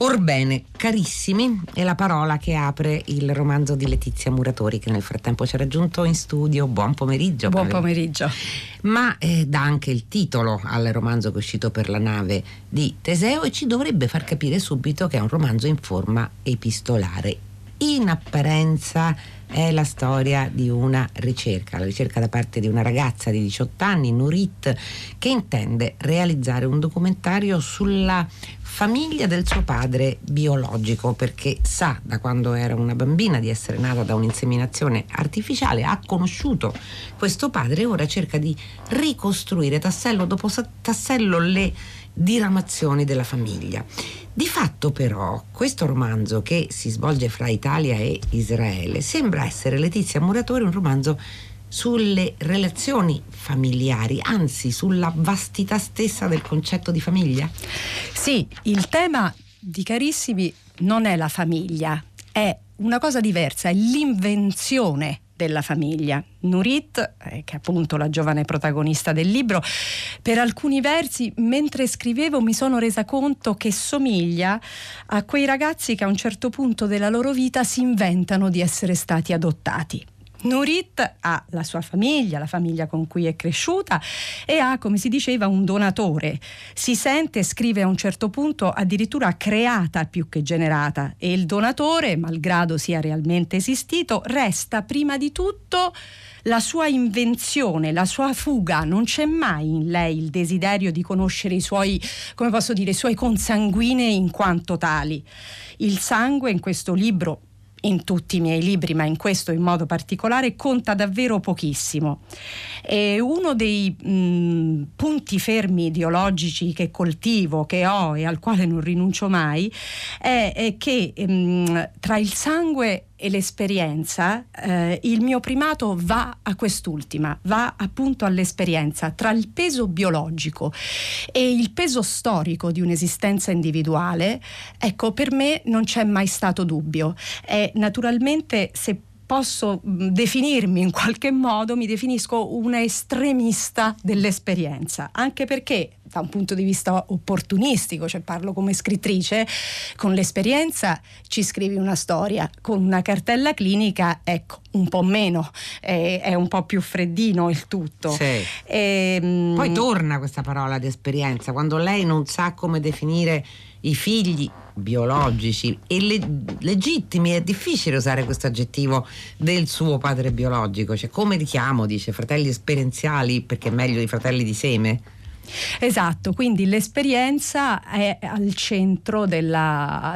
Orbene, carissimi, è la parola che apre il romanzo di Letizia Muratori, che nel frattempo ci ha raggiunto in studio. Buon pomeriggio. Buon pomeriggio. Ma dà anche il titolo al romanzo che è uscito per la nave di Teseo e ci dovrebbe far capire subito che è un romanzo in forma epistolare. In apparenza è la storia di una ricerca, la ricerca da parte di una ragazza di 18 anni, Nurit, che intende realizzare un documentario sulla famiglia del suo padre biologico, perché sa da quando era una bambina di essere nata da un'inseminazione artificiale, ha conosciuto questo padre e ora cerca di ricostruire tassello dopo tassello le diramazioni della famiglia. Di fatto però questo romanzo, che si svolge fra Italia e Israele, sembra essere, Letizia Muratori, un romanzo sulle relazioni familiari, anzi sulla vastità stessa del concetto di famiglia. Sì, il tema di Carissimi non è la famiglia, è una cosa diversa, è l'invenzione della famiglia. Nurit, che è appunto la giovane protagonista del libro, per alcuni versi, mentre scrivevo, mi sono resa conto che somiglia a quei ragazzi che a un certo punto della loro vita si inventano di essere stati adottati. Nurit ha la sua famiglia, la famiglia con cui è cresciuta, e ha, come si diceva, un donatore. Si sente, scrive a un certo punto, addirittura creata più che generata, e il donatore, malgrado sia realmente esistito, resta prima di tutto la sua invenzione, la sua fuga. Non c'è mai in lei il desiderio di conoscere i suoi, come posso dire, i suoi consanguinei in quanto tali. Il sangue in questo libro, in tutti i miei libri, ma in questo in modo particolare, conta davvero pochissimo. E uno dei punti fermi ideologici che coltivo, che ho e al quale non rinuncio mai, è che tra il sangue e l'esperienza il mio primato va a quest'ultima, va appunto all'esperienza. Tra il peso biologico e il peso storico di un'esistenza individuale, ecco, per me non c'è mai stato dubbio. Naturalmente, se posso definirmi in qualche modo, mi definisco una estremista dell'esperienza, anche perché da un punto di vista opportunistico, cioè parlo come scrittrice, con l'esperienza ci scrivi una storia, con una cartella clinica, ecco, un po' meno, è un po' più freddino il tutto. Sì. Poi torna questa parola di esperienza, quando lei non sa come definire i figli biologici e legittimi. È difficile usare questo aggettivo del suo padre biologico, cioè come richiamo, dice, fratelli esperienziali, perché è meglio di fratelli di seme. Esatto, quindi l'esperienza è al centro della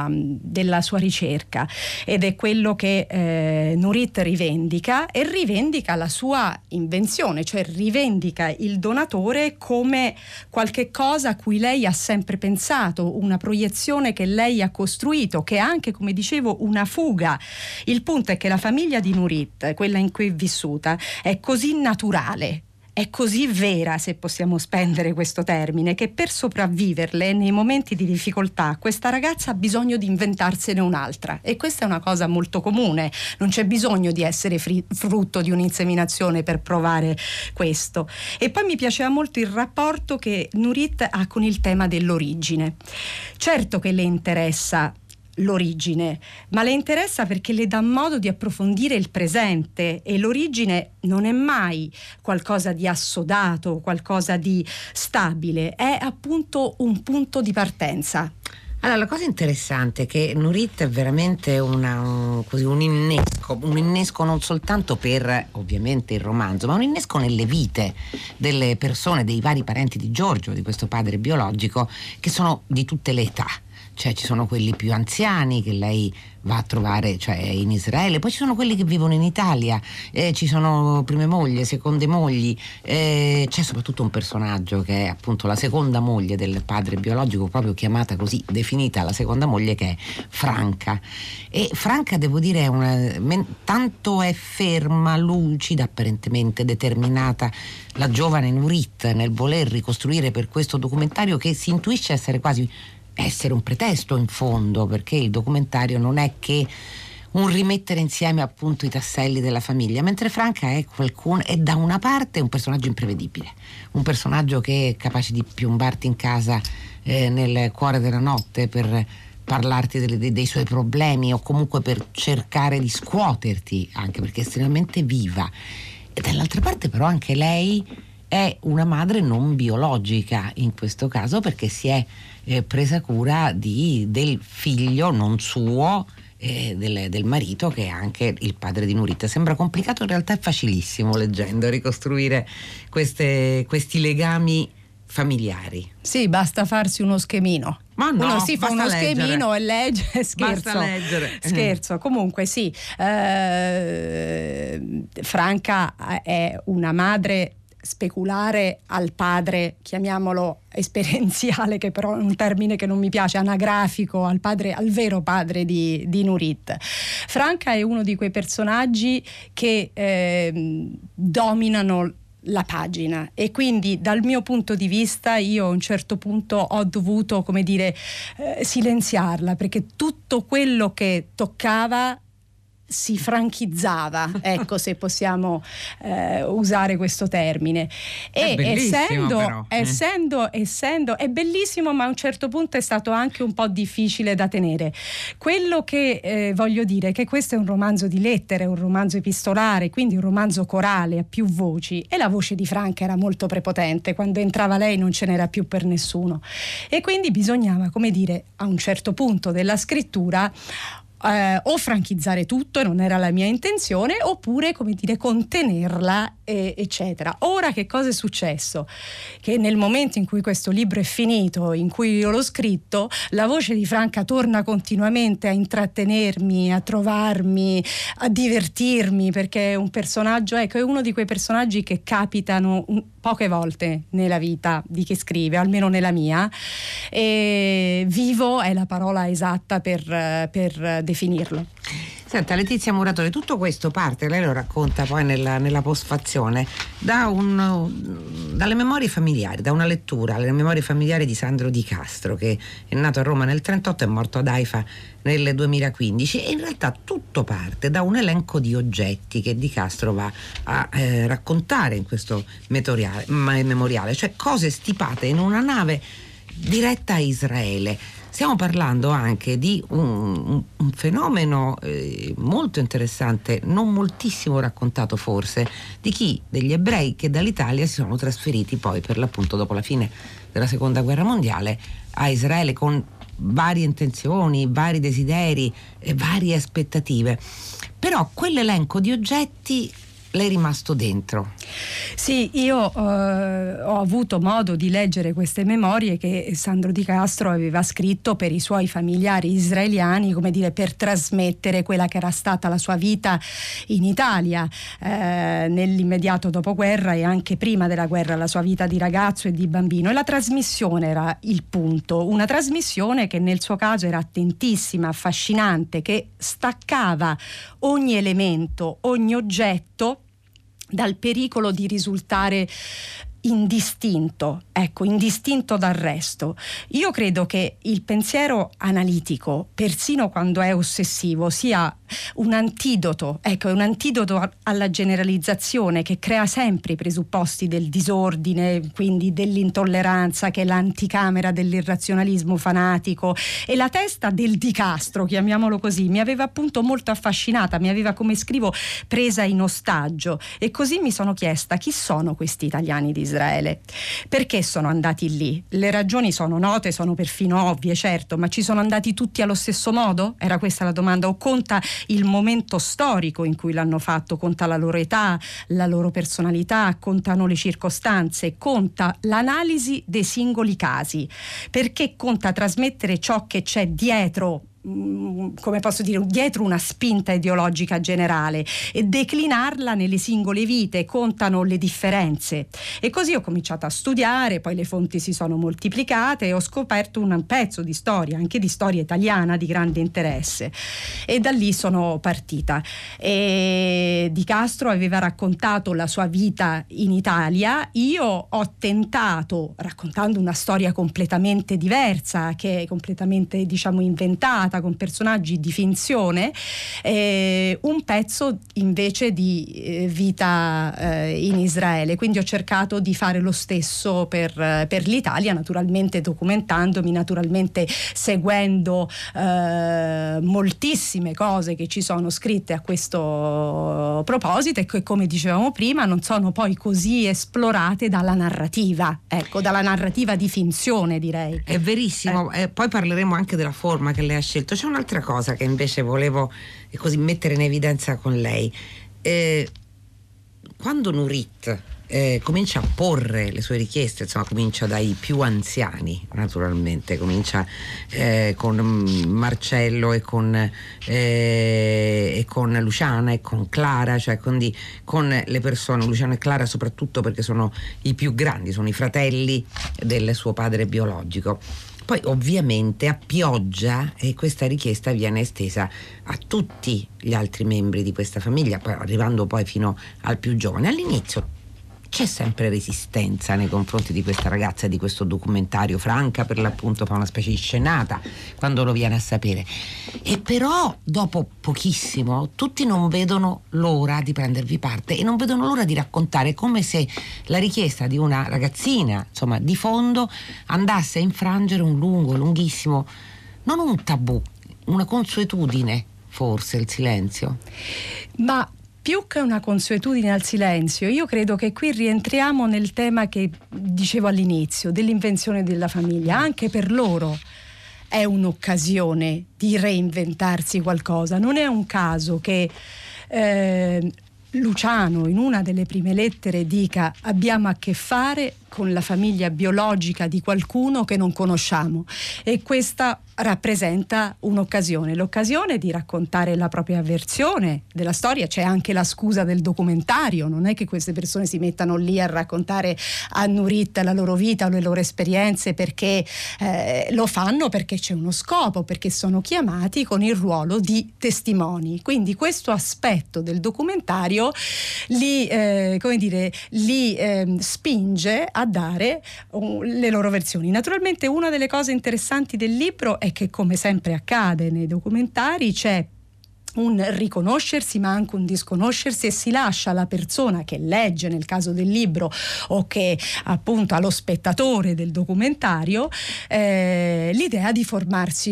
sua ricerca, ed è quello che Nurit rivendica, e rivendica la sua invenzione, cioè rivendica il donatore come qualche cosa a cui lei ha sempre pensato, una proiezione che lei ha costruito, che è anche, come dicevo, una fuga. Il punto è che la famiglia di Nurit, quella in cui è vissuta, è così naturale, è così vera, se possiamo spendere questo termine, che per sopravviverle nei momenti di difficoltà questa ragazza ha bisogno di inventarsene un'altra, e questa è una cosa molto comune. Non c'è bisogno di essere frutto di un'inseminazione per provare questo. E poi mi piaceva molto il rapporto che Nurit ha con il tema dell'origine. Certo che le interessa l'origine, ma le interessa perché le dà modo di approfondire il presente, e l'origine non è mai qualcosa di assodato, qualcosa di stabile, è appunto un punto di partenza. Allora, la cosa interessante è che Nurit è veramente un innesco non soltanto per ovviamente il romanzo, ma un innesco nelle vite delle persone, dei vari parenti di Giorgio, di questo padre biologico, che sono di tutte le età. Cioè ci sono quelli più anziani che lei va a trovare, cioè in Israele, poi ci sono quelli che vivono in Italia, ci sono prime mogli, seconde mogli, c'è soprattutto un personaggio che è appunto la seconda moglie del padre biologico, proprio chiamata così, definita la seconda moglie, che è Franca. E Franca, devo dire, tanto è ferma, lucida, apparentemente determinata la giovane Nurit nel voler ricostruire per questo documentario, che si intuisce essere un pretesto in fondo, perché il documentario non è che un rimettere insieme appunto i tasselli della famiglia, mentre Franca è da una parte un personaggio imprevedibile, un personaggio che è capace di piombarti in casa nel cuore della notte per parlarti dei suoi problemi, o comunque per cercare di scuoterti, anche perché è estremamente viva. E dall'altra parte però anche lei è una madre non biologica in questo caso, perché si è presa cura del figlio non suo, del marito, che è anche il padre di Nurit. Sembra complicato, in realtà è facilissimo leggendo ricostruire questi legami familiari. Sì, basta farsi uno schemino. Ma no, uno si fa uno leggere. schemino e legge. Scherzo. Basta leggere. Scherzo. Comunque sì, Franca è una madre speculare al padre, chiamiamolo esperienziale, che però è un termine che non mi piace, anagrafico, al vero padre di Nurit. Franca è uno di quei personaggi che dominano la pagina, e quindi dal mio punto di vista io a un certo punto ho dovuto, come dire, silenziarla, perché tutto quello che toccava si franchizzava, ecco, se possiamo usare questo termine. È bellissimo, essendo è bellissimo, ma a un certo punto è stato anche un po' difficile da tenere. Quello che voglio dire è che questo è un romanzo di lettere, un romanzo epistolare, quindi un romanzo corale a più voci, e la voce di Franca era molto prepotente. Quando entrava lei non ce n'era più per nessuno, e quindi bisognava, come dire, a un certo punto della scrittura o franchizzare tutto, e non era la mia intenzione, oppure, come dire, contenerla, eccetera. Ora che cosa è successo? Che nel momento in cui questo libro è finito, in cui io l'ho scritto, la voce di Franca torna continuamente a intrattenermi, a trovarmi, a divertirmi, perché è un personaggio, ecco, è uno di quei personaggi che capitano poche volte nella vita di chi scrive, almeno nella mia, e vivo è la parola esatta per definirlo. Senta, Letizia Muratori, tutto questo parte, lei lo racconta poi nella postfazione, dalle memorie familiari, da una lettura, le memorie familiari di Sandro Di Castro, che è nato a Roma nel 1938 e è morto ad Haifa nel 2015, e in realtà tutto parte da un elenco di oggetti che Di Castro va a raccontare in questo memoriale, cioè cose stipate in una nave diretta a Israele. Stiamo parlando anche di un fenomeno molto interessante, non moltissimo raccontato forse, degli ebrei che dall'Italia si sono trasferiti poi, per l'appunto, dopo la fine della Seconda Guerra Mondiale, a Israele, con varie intenzioni, vari desideri e varie aspettative. Però quell'elenco di oggetti le è rimasto dentro. Sì, io ho avuto modo di leggere queste memorie che Sandro Di Castro aveva scritto per i suoi familiari israeliani, come dire, per trasmettere quella che era stata la sua vita in Italia nell'immediato dopoguerra e anche prima della guerra, la sua vita di ragazzo e di bambino. E la trasmissione era il punto, una trasmissione che nel suo caso era attentissima, affascinante, che staccava ogni elemento, ogni oggetto dal pericolo di risultare indistinto dal resto. Io credo che il pensiero analitico, persino quando è ossessivo, sia un antidoto alla generalizzazione, che crea sempre i presupposti del disordine, quindi dell'intolleranza, che è l'anticamera dell'irrazionalismo fanatico. E la testa del Di Castro, chiamiamolo così, mi aveva appunto molto affascinata, mi aveva, come scrivo, presa in ostaggio, e così mi sono chiesta: chi sono questi italiani di Israele? Perché sono andati lì? Le ragioni sono note, sono perfino ovvie, certo, ma ci sono andati tutti allo stesso modo? Era questa la domanda. O conta il momento storico in cui l'hanno fatto, conta la loro età, la loro personalità, contano le circostanze, conta l'analisi dei singoli casi, perché conta trasmettere ciò che c'è dietro, come posso dire, dietro una spinta ideologica generale, e declinarla nelle singole vite. Contano le differenze. E così ho cominciato a studiare, poi le fonti si sono moltiplicate e ho scoperto un pezzo di storia, anche di storia italiana, di grande interesse, e da lì sono partita. E Di Castro aveva raccontato la sua vita in Italia. Io ho tentato, raccontando una storia completamente diversa, che è completamente, diciamo, inventata, fatta con personaggi di finzione, un pezzo invece di vita in Israele. Quindi ho cercato di fare lo stesso per l'Italia, naturalmente documentandomi, naturalmente seguendo moltissime cose che ci sono scritte a questo proposito e che, come dicevamo prima, non sono poi così esplorate dalla narrativa, ecco, dalla narrativa di finzione, direi. È verissimo. Poi parleremo anche della forma che lei ha scelto. C'è un'altra cosa che invece volevo così mettere in evidenza con lei. Quando Nurit comincia a porre le sue richieste, insomma comincia dai più anziani, naturalmente, comincia con Marcello e con Luciana e con Clara, cioè quindi con le persone, Luciana e Clara soprattutto perché sono i più grandi, sono i fratelli del suo padre biologico. Poi ovviamente a pioggia questa richiesta viene estesa a tutti gli altri membri di questa famiglia, arrivando poi fino al più giovane. All'inizio c'è sempre resistenza nei confronti di questa ragazza e di questo documentario. Franca per l'appunto fa una specie di scenata quando lo viene a sapere, e però dopo pochissimo tutti non vedono l'ora di prendervi parte e non vedono l'ora di raccontare, come se la richiesta di una ragazzina, insomma di fondo, andasse a infrangere un lunghissimo, non un tabù, una consuetudine, forse il silenzio. Ma più che una consuetudine al silenzio, io credo che qui rientriamo nel tema che dicevo all'inizio, dell'invenzione della famiglia. Anche per loro è un'occasione di reinventarsi qualcosa. Non è un caso che Luciano in una delle prime lettere dica: abbiamo a che fare con la famiglia biologica di qualcuno che non conosciamo, e questa rappresenta un'occasione, l'occasione di raccontare la propria versione della storia. C'è anche la scusa del documentario, non è che queste persone si mettano lì a raccontare a Nurit la loro vita o le loro esperienze perché lo fanno perché c'è uno scopo, perché sono chiamati con il ruolo di testimoni. Quindi questo aspetto del documentario li spinge a dare le loro versioni. Naturalmente una delle cose interessanti del libro è che, come sempre accade nei documentari, c'è un riconoscersi ma anche un disconoscersi, e si lascia alla persona che legge, nel caso del libro, o che appunto allo spettatore del documentario, l'idea di formarsi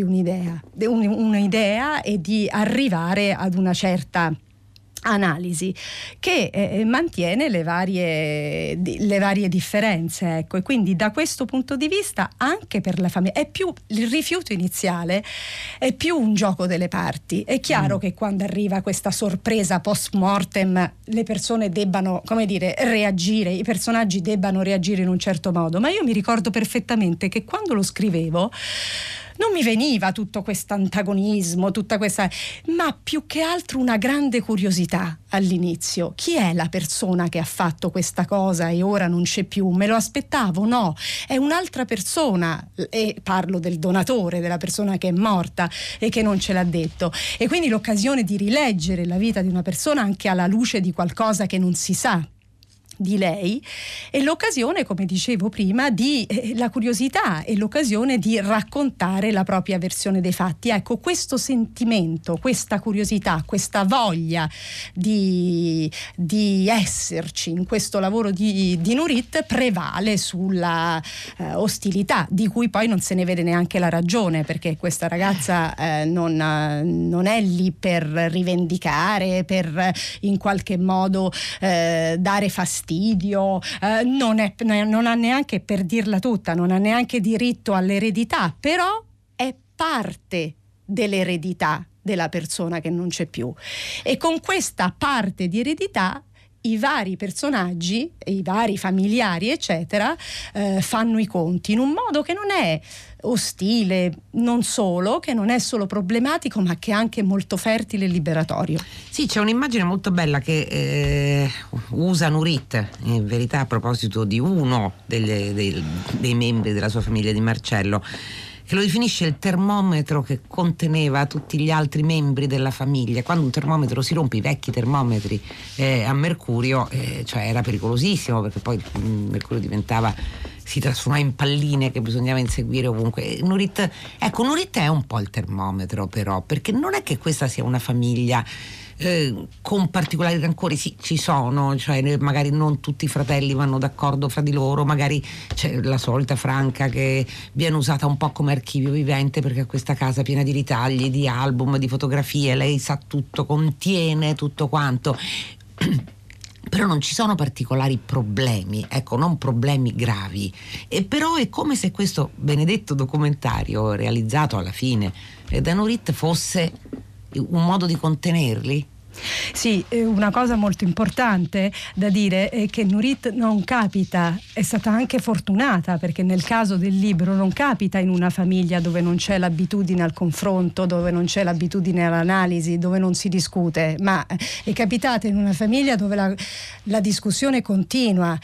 un'idea e di arrivare ad una certa analisi che mantiene le varie differenze, ecco. E quindi da questo punto di vista anche per la famiglia è più il rifiuto iniziale, è più un gioco delle parti. È chiaro che quando arriva questa sorpresa post mortem le persone debbano, come dire, reagire, i personaggi debbano reagire in un certo modo, ma io mi ricordo perfettamente che quando lo scrivevo non mi veniva tutto questo antagonismo, tutta questa, ma più che altro una grande curiosità all'inizio. Chi è la persona che ha fatto questa cosa e ora non c'è più? Me lo aspettavo? No, è un'altra persona, e parlo del donatore, della persona che è morta e che non ce l'ha detto. E quindi l'occasione di rileggere la vita di una persona anche alla luce di qualcosa che non si sa di lei, e l'occasione, come dicevo prima, di la curiosità e l'occasione di raccontare la propria versione dei fatti. Ecco, questo sentimento, questa curiosità, questa voglia di esserci in questo lavoro di Nurit prevale sulla ostilità, di cui poi non se ne vede neanche la ragione, perché questa ragazza non è lì per rivendicare, per in qualche modo dare fastidio, non ha neanche, per dirla tutta, non ha neanche diritto all'eredità, però è parte dell'eredità della persona che non c'è più, e con questa parte di eredità i vari personaggi, i vari familiari eccetera fanno i conti in un modo che non è ostile, non solo, che non è solo problematico, ma che è anche molto fertile e liberatorio. Sì, c'è un'immagine molto bella che usa Nurit, in verità a proposito di uno dei membri della sua famiglia, di Marcello, che lo definisce il termometro che conteneva tutti gli altri membri della famiglia. Quando un termometro si rompe, i vecchi termometri a mercurio, cioè era pericolosissimo, perché poi il mercurio diventava si trasformava in palline che bisognava inseguire ovunque. Nurit è un po' il termometro, però, perché non è che questa sia una famiglia con particolari rancori. Sì, ci sono, cioè magari non tutti i fratelli vanno d'accordo fra di loro, magari c'è la solita Franca che viene usata un po' come archivio vivente perché ha questa casa piena di ritagli, di album, di fotografie, lei sa tutto, contiene tutto quanto. Però non ci sono particolari problemi, ecco, non problemi gravi. E però è come se questo benedetto documentario realizzato alla fine da Nurit fosse un modo di contenerli. Sì, una cosa molto importante da dire è che Nurit non capita, è stata anche fortunata, perché nel caso del libro non capita in una famiglia dove non c'è l'abitudine al confronto, dove non c'è l'abitudine all'analisi, dove non si discute, ma è capitata in una famiglia dove la discussione continua,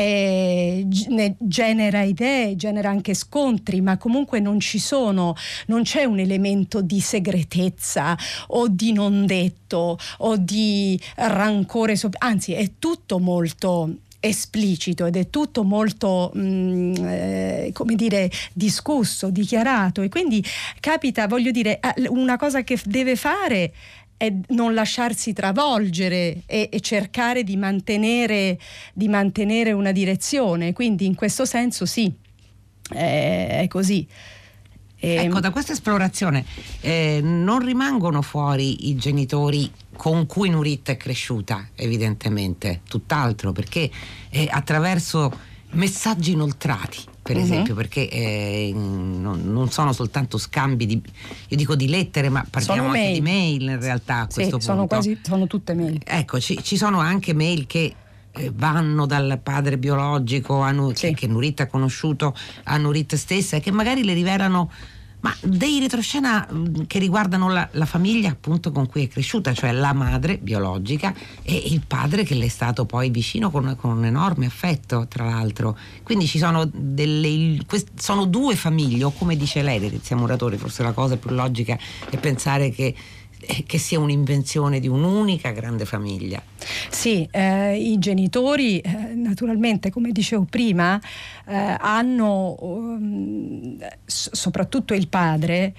genera idee, genera anche scontri, ma comunque non c'è un elemento di segretezza o di non detto o di rancore, anzi è tutto molto esplicito ed è tutto molto come dire, discusso, dichiarato, e quindi capita, voglio dire, una cosa che deve fare è non lasciarsi travolgere e cercare di mantenere una direzione, quindi in questo senso sì, è così. Ecco, da questa esplorazione non rimangono fuori i genitori con cui Nurit è cresciuta, evidentemente, tutt'altro, perché attraverso messaggi inoltrati, per esempio, perché non sono soltanto scambi di lettere, ma parliamo anche di mail in realtà a questo punto. Sono tutte mail. Ecco, ci sono anche mail che vanno dal padre biologico che Nurit ha conosciuto a Nurit stessa, e che magari le rivelano dei retroscena che riguardano la famiglia appunto con cui è cresciuta, cioè la madre biologica e il padre che le è stato poi vicino con un enorme affetto, tra l'altro. Quindi ci sono sono due famiglie, o come dice lei, Letizia Muratori, forse la cosa più logica è pensare che sia un'invenzione di un'unica grande famiglia. Sì, i genitori naturalmente, come dicevo prima, hanno, soprattutto il padre,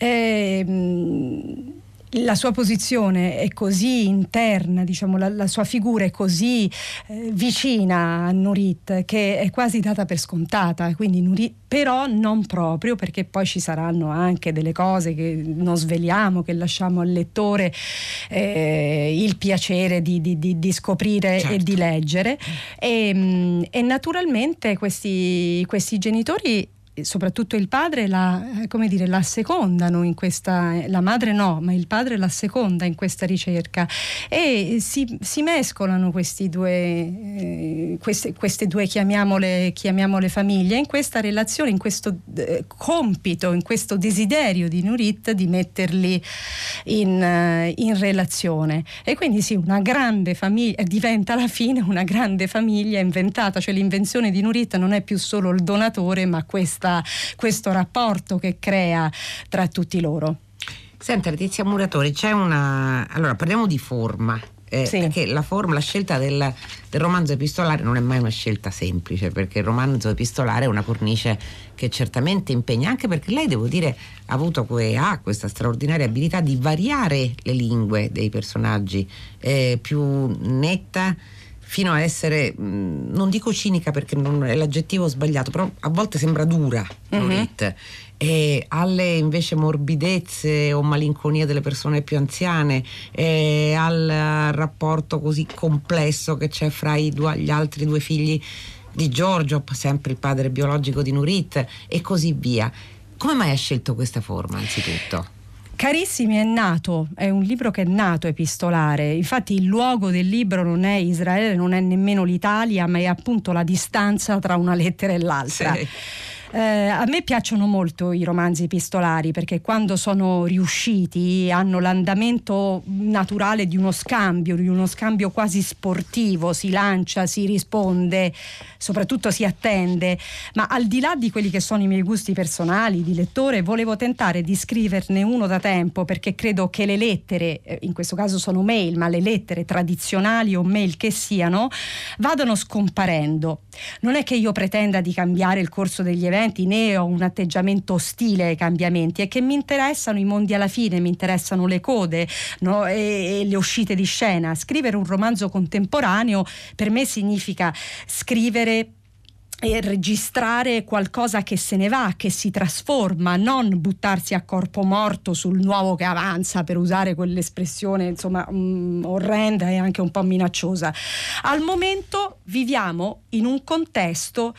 la sua posizione è così interna, diciamo, la sua figura è così vicina a Nurit che è quasi data per scontata, quindi Nurit, però non proprio, perché poi ci saranno anche delle cose che non sveliamo, che lasciamo al lettore il piacere di scoprire, certo, e di leggere, e naturalmente questi genitori, soprattutto il padre, la secondano in questa, la madre no, ma il padre la seconda in questa ricerca, e si mescolano queste due chiamiamole famiglie in questa relazione, in questo compito, in questo desiderio di Nurit di metterli in relazione, e quindi sì, una grande famiglia diventa alla fine una grande famiglia inventata, cioè l'invenzione di Nurit non è più solo il donatore, ma questo rapporto che crea tra tutti loro. Senta, Letizia Muratori, allora parliamo di forma, sì, perché la scelta del romanzo epistolare non è mai una scelta semplice, perché il romanzo epistolare è una cornice che certamente impegna, anche perché lei, devo dire, ha questa straordinaria abilità di variare le lingue dei personaggi, più netta, fino a essere, non dico cinica perché non è l'aggettivo sbagliato, però a volte sembra dura, Nurit, e alle invece morbidezze o malinconia delle persone più anziane, al rapporto così complesso che c'è fra gli altri due figli di Giorgio, sempre il padre biologico di Nurit, e così via. Come mai ha scelto questa forma, anzitutto? Carissimi è un libro che è nato epistolare, infatti il luogo del libro non è Israele, non è nemmeno l'Italia, ma è appunto la distanza tra una lettera e l'altra. Sì. A me piacciono molto i romanzi epistolari perché quando sono riusciti hanno l'andamento naturale di uno scambio quasi sportivo, si lancia, si risponde, soprattutto si attende, ma al di là di quelli che sono i miei gusti personali di lettore, volevo tentare di scriverne uno da tempo perché credo che le lettere, in questo caso sono mail, ma le lettere tradizionali o mail che siano, vadano scomparendo. Non è che io pretenda di cambiare il corso degli eventi, né ho un atteggiamento ostile ai cambiamenti, è che mi interessano i mondi alla fine, mi interessano le code, no? e le uscite di scena. Scrivere un romanzo contemporaneo per me significa scrivere e registrare qualcosa che se ne va, che si trasforma, non buttarsi a corpo morto sul nuovo che avanza, per usare quell'espressione insomma orrenda e anche un po' minacciosa. Al momento viviamo in un contesto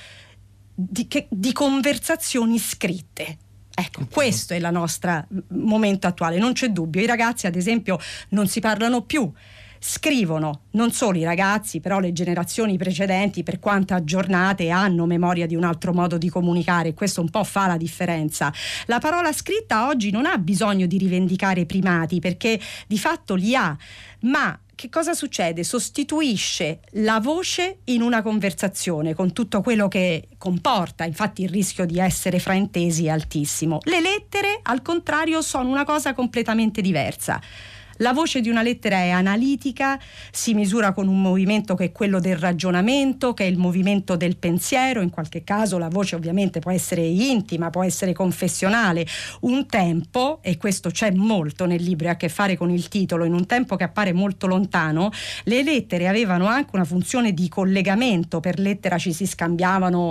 di conversazioni scritte. Ecco, questo è il nostro momento attuale, non c'è dubbio. I ragazzi, ad esempio, non si parlano più. Scrivono, non solo i ragazzi, però le generazioni precedenti, per quanto aggiornate, hanno memoria di un altro modo di comunicare, e questo un po' fa la differenza. La parola scritta oggi non ha bisogno di rivendicare primati, perché di fatto li ha, ma che cosa succede? Sostituisce la voce in una conversazione con tutto quello che comporta, infatti il rischio di essere fraintesi è altissimo. Le lettere, al contrario, sono una cosa completamente diversa. La voce di una lettera è analitica, si misura con un movimento che è quello del ragionamento, che è il movimento del pensiero. In qualche caso la voce ovviamente può essere intima, può essere confessionale. Un tempo, e questo c'è molto nel libro e ha a che fare con il titolo, in un tempo che appare molto lontano, le lettere avevano anche una funzione di collegamento. Per lettera ci si scambiavano,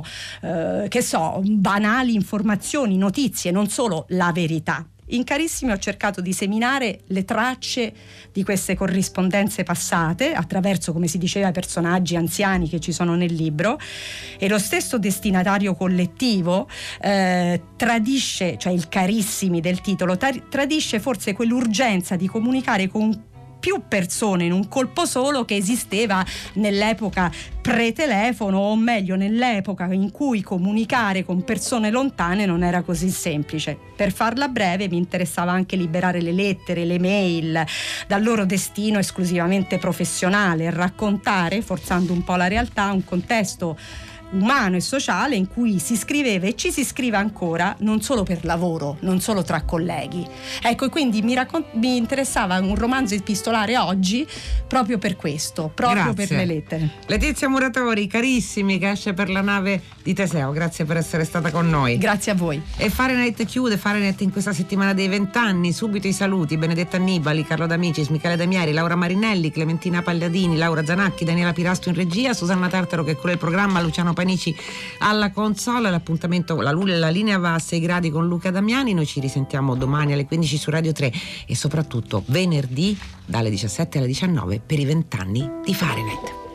banali informazioni, notizie, non solo la verità. In Carissimi ho cercato di seminare le tracce di queste corrispondenze passate attraverso, come si diceva, i personaggi anziani che ci sono nel libro, e lo stesso destinatario collettivo tradisce, cioè il Carissimi del titolo, tradisce forse quell'urgenza di comunicare con più persone in un colpo solo che esisteva nell'epoca pre-telefono, o meglio nell'epoca in cui comunicare con persone lontane non era così semplice. Per farla breve, mi interessava anche liberare le lettere, le mail dal loro destino esclusivamente professionale, raccontare, forzando un po' la realtà, un contesto umano e sociale in cui si scriveva e ci si scrive ancora, non solo per lavoro, non solo tra colleghi. Ecco, e quindi mi interessava un romanzo epistolare oggi proprio per questo, proprio per le lettere. Letizia Muratori, Carissimi, che esce per la nave di Teseo, grazie per essere stata con noi. Grazie a voi. E Fahrenheit chiude, Fahrenheit in questa settimana dei 20 anni, subito i saluti: Benedetta Annibali, Carlo D'Amicis, Michele Damieri, Laura Marinelli, Clementina Palladini, Laura Zanacchi, Daniela Pirasto in regia, Susanna Tartaro che cura il programma, Luciano Panici alla console. L'appuntamento, la linea va a 6 gradi con Luca Damiani. Noi ci risentiamo domani alle 15 su Radio 3 e soprattutto venerdì dalle 17 alle 19 per i 20 anni di Fahrenheit.